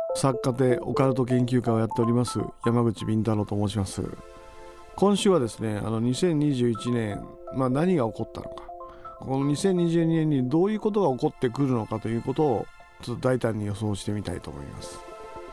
作家でオカルト研究家をやっております山口敏太郎と申します。今週はですね、2021年、何が起こったのか、この2022年にどういうことが起こってくるのかということをちょっと大胆に予想してみたいと思います。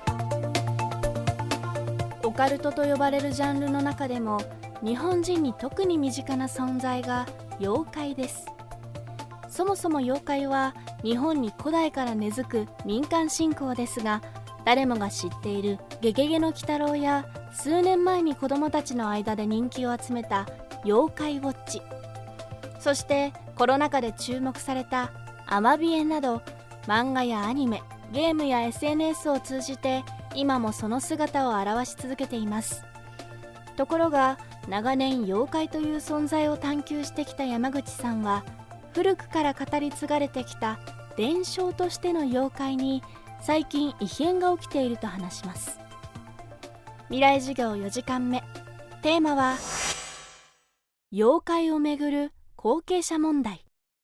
オカルトと呼ばれるジャンルの中でも日本人に特に身近な存在が妖怪です。そもそも妖怪は日本に古代から根付く民間信仰ですが、誰もが知っているゲゲゲの鬼太郎や数年前に子どもたちの間で人気を集めた妖怪ウォッチ、そしてコロナ禍で注目されたアマビエなど、漫画やアニメ、ゲームや SNS を通じて今もその姿を現し続けています。ところが長年妖怪という存在を探求してきた山口さんは、古くから語り継がれてきた伝承としての妖怪に最近異変が起きていると話します。未来授業4時間目、テーマは妖怪をめぐる後継者問題。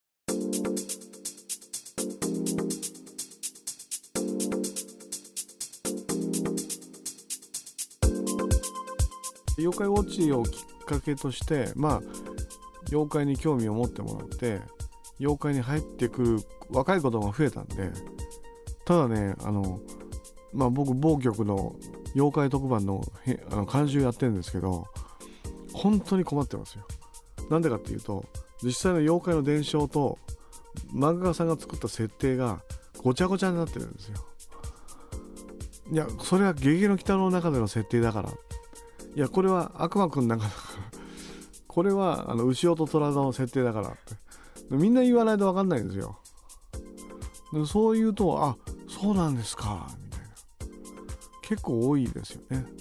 妖怪ウォッチをきっかけとして、妖怪に興味を持ってもらって妖怪に入ってくる若い子供が増えたんで、ただね、僕某局の妖怪特番の監修やってるんですけど、本当に困ってますよ。なんでかっていうと、実際の妖怪の伝承と漫画家さんが作った設定がごちゃごちゃになってるんですよ。いや、それはゲゲゲの鬼太郎の中での設定だから、いや、これは悪魔くんの中だからこれは牛尾と虎の設定だからってみんな言わないと分かんないんですよ。でそう言うと、あ、そうなんですかみたいな、結構多いですよね。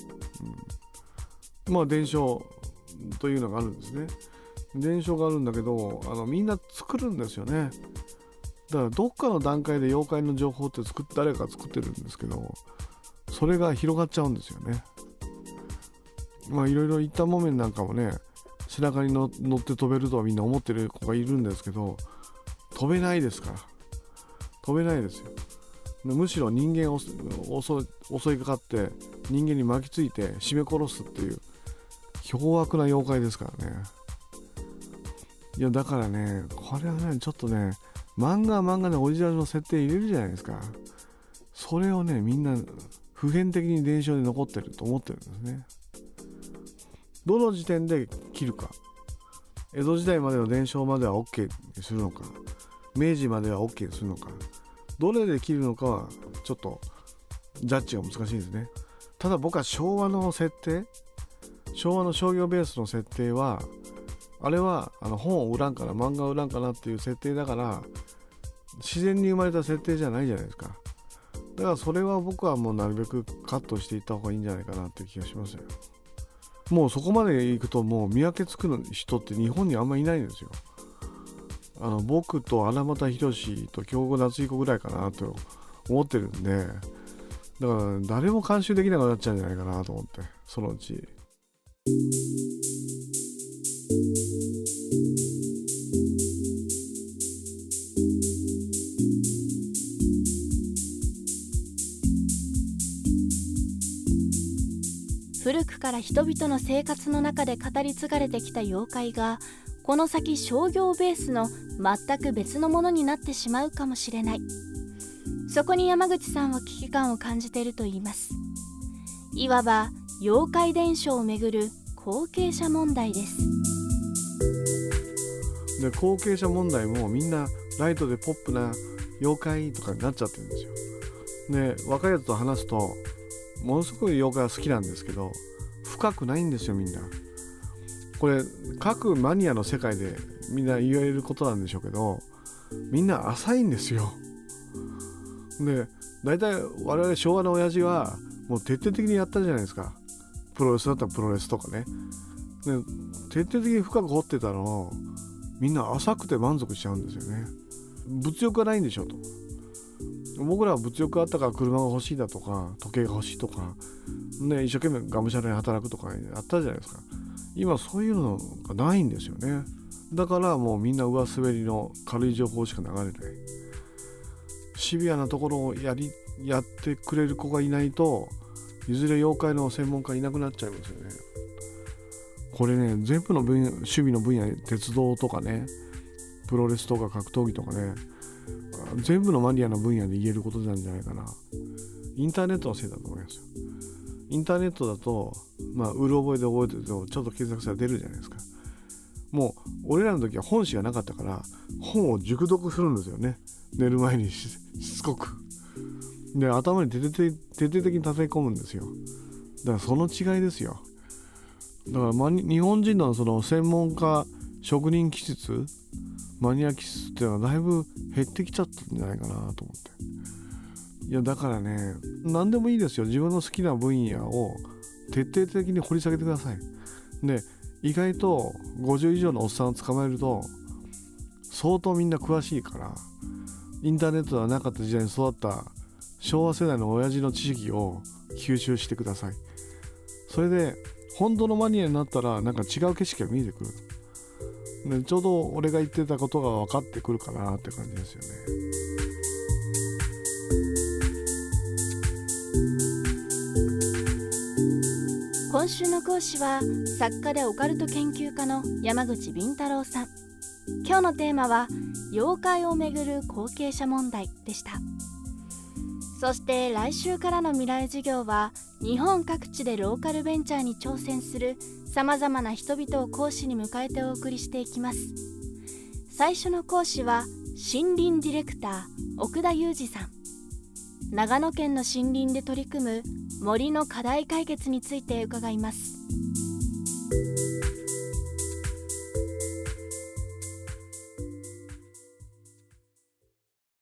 伝承というのがあるんですね。伝承があるんだけど、みんな作るんですよね。だからどっかの段階で妖怪の情報って誰かが作ってるんですけど、それが広がっちゃうんですよね。いろいろ一反木綿なんかもね、背中に乗って飛べるとはみんな思ってる子がいるんですけど、飛べないですから。飛べないですよ。むしろ人間を襲いかかって人間に巻きついて絞め殺すっていう凶悪な妖怪ですからね。いや、だからね、これはね、ちょっとね、漫画でオリジナルの設定入れるじゃないですか。それをね、みんな普遍的に伝承で残ってると思ってるんですね。どの時点で切るか、江戸時代までの伝承までは OK にするのか、明治までは OK にするのか、どれで切るのかはちょっとジャッジが難しいですね。ただ僕は昭和の設定、昭和の商業ベースの設定は、あれは本を売らんから漫画を売らんかなっていう設定だから、自然に生まれた設定じゃないじゃないですか。だからそれは僕はもうなるべくカットしていった方がいいんじゃないかなっていう気がしますよ。もうそこまで行くと、もう見分けつく人って日本にあんまりいないんですよ。僕と荒俣宏と京子夏彦ぐらいかなと思ってるんで、だから誰も監修できなくなっちゃうんじゃないかなと思って、そのうち。 古くから人々の生活の中で語り継がれてきた妖怪が、この先商業ベースの全く別のものになってしまうかもしれない。そこに山口さんは危機感を感じているといいます。いわば妖怪伝承をめぐる後継者問題です。 で、後継者問題もみんなライトでポップな妖怪とかになっちゃってるんですよ。で、若いやつと話すと、ものすごい妖怪は好きなんですけど、深くないんですよ、みんな。これ各マニアの世界でみんな言われることなんでしょうけど、みんな浅いんですよ。で、大体我々昭和の親父はもう徹底的にやったじゃないですか。プロレスだったらプロレスとかね。で、徹底的に深く掘ってたのをみんな浅くて満足しちゃうんですよね。物欲がないんでしょと。僕らは物欲があったから車が欲しいだとか時計が欲しいとか、ね、一生懸命がむしゃらに働くとかあったじゃないですか。今そういうのがないんですよね。だからもうみんな上滑りの軽い情報しか流れない。シビアなところをややってくれる子がいないといずれ妖怪の専門家いなくなっちゃいますよね。これね、全部の趣味の分野、鉄道とかね、プロレスとか格闘技とかね、全部のマニアの分野で言えることなんじゃないかな。インターネットのせいだと思いますよ。インターネットだとうる覚えで覚えてるとちょっと検索したら出るじゃないですか。もう俺らの時は本誌がなかったから本を熟読するんですよね。寝る前にしつこくで頭に徹底的に叩き込むんですよ。だからその違いですよ。だから日本人のその専門家、職人気質、マニア気質っていうのはだいぶ減ってきちゃったんじゃないかなと思って。いやだからね、何でもいいですよ。自分の好きな分野を徹底的に掘り下げてください。で意外と50以上のおっさんを捕まえると相当みんな詳しいから、インターネットがなかった時代に育った昭和世代の親父の知識を吸収してください。それで本当のマニアになったらなんか違う景色が見えてくる。でちょうど俺が言ってたことが分かってくるかなって感じですよね。 今週の講師は作家でオカルト研究家の山口敏太郎さん。今日のテーマは妖怪をめぐる後継者問題でした。そして来週からの未来授業は日本各地でローカルベンチャーに挑戦するさまざまな人々を講師に迎えてお送りしていきます。最初の講師は森林ディレクター奥田裕二さん。長野県の森林で取り組む森の課題解決について伺います。